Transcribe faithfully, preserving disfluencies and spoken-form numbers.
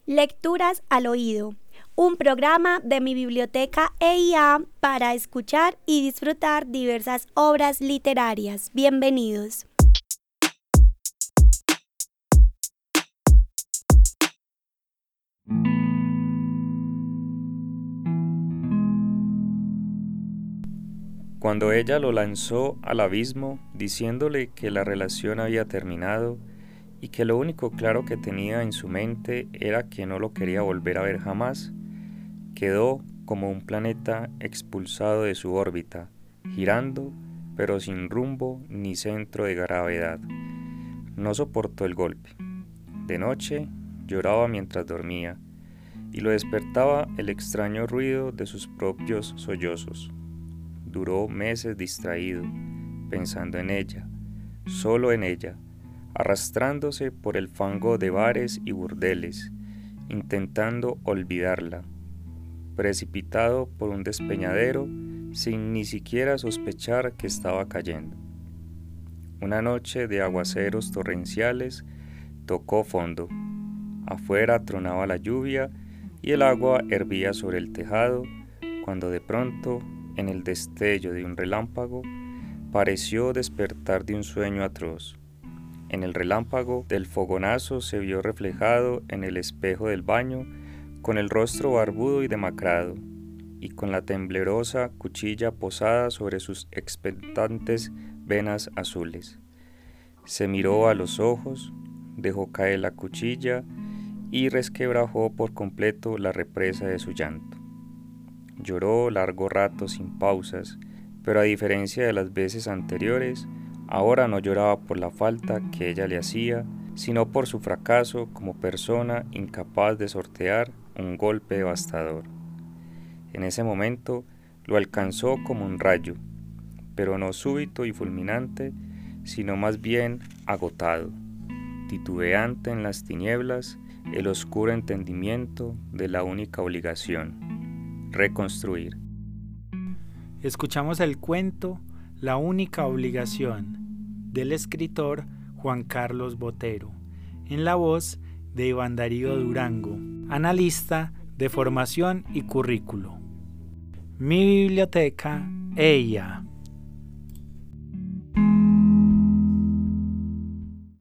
Lecturas al oído, un programa de mi biblioteca E I A para escuchar y disfrutar diversas obras literarias. Bienvenidos. Cuando ella lo lanzó al abismo, diciéndole que la relación había terminado y que lo único claro que tenía en su mente era que no lo quería volver a ver jamás, quedó como un planeta expulsado de su órbita, girando, pero sin rumbo ni centro de gravedad. No soportó el golpe. De noche lloraba mientras dormía, y lo despertaba el extraño ruido de sus propios sollozos. Duró meses distraído, pensando en ella, solo en ella, arrastrándose por el fango de bares y burdeles, intentando olvidarla, precipitado por un despeñadero sin ni siquiera sospechar que estaba cayendo. Una noche de aguaceros torrenciales tocó fondo. Afuera tronaba la lluvia y el agua hervía sobre el tejado, cuando de pronto, en el destello de un relámpago, pareció despertar de un sueño atroz. En el relámpago del fogonazo se vio reflejado en el espejo del baño, con el rostro barbudo y demacrado, y con la temblorosa cuchilla posada sobre sus expectantes venas azules. Se miró a los ojos, dejó caer la cuchilla y resquebrajó por completo la represa de su llanto. Lloró largo rato sin pausas, pero a diferencia de las veces anteriores, ahora no lloraba por la falta que ella le hacía, sino por su fracaso como persona incapaz de sortear un golpe devastador. En ese momento lo alcanzó como un rayo, pero no súbito y fulminante, sino más bien agotado, titubeante en las tinieblas, el oscuro entendimiento de la única obligación: reconstruir. Escuchamos el cuento La única obligación, del escritor Juan Carlos Botero, en la voz de Iván Darío Durango, analista de formación y currículo. Mi biblioteca E I A.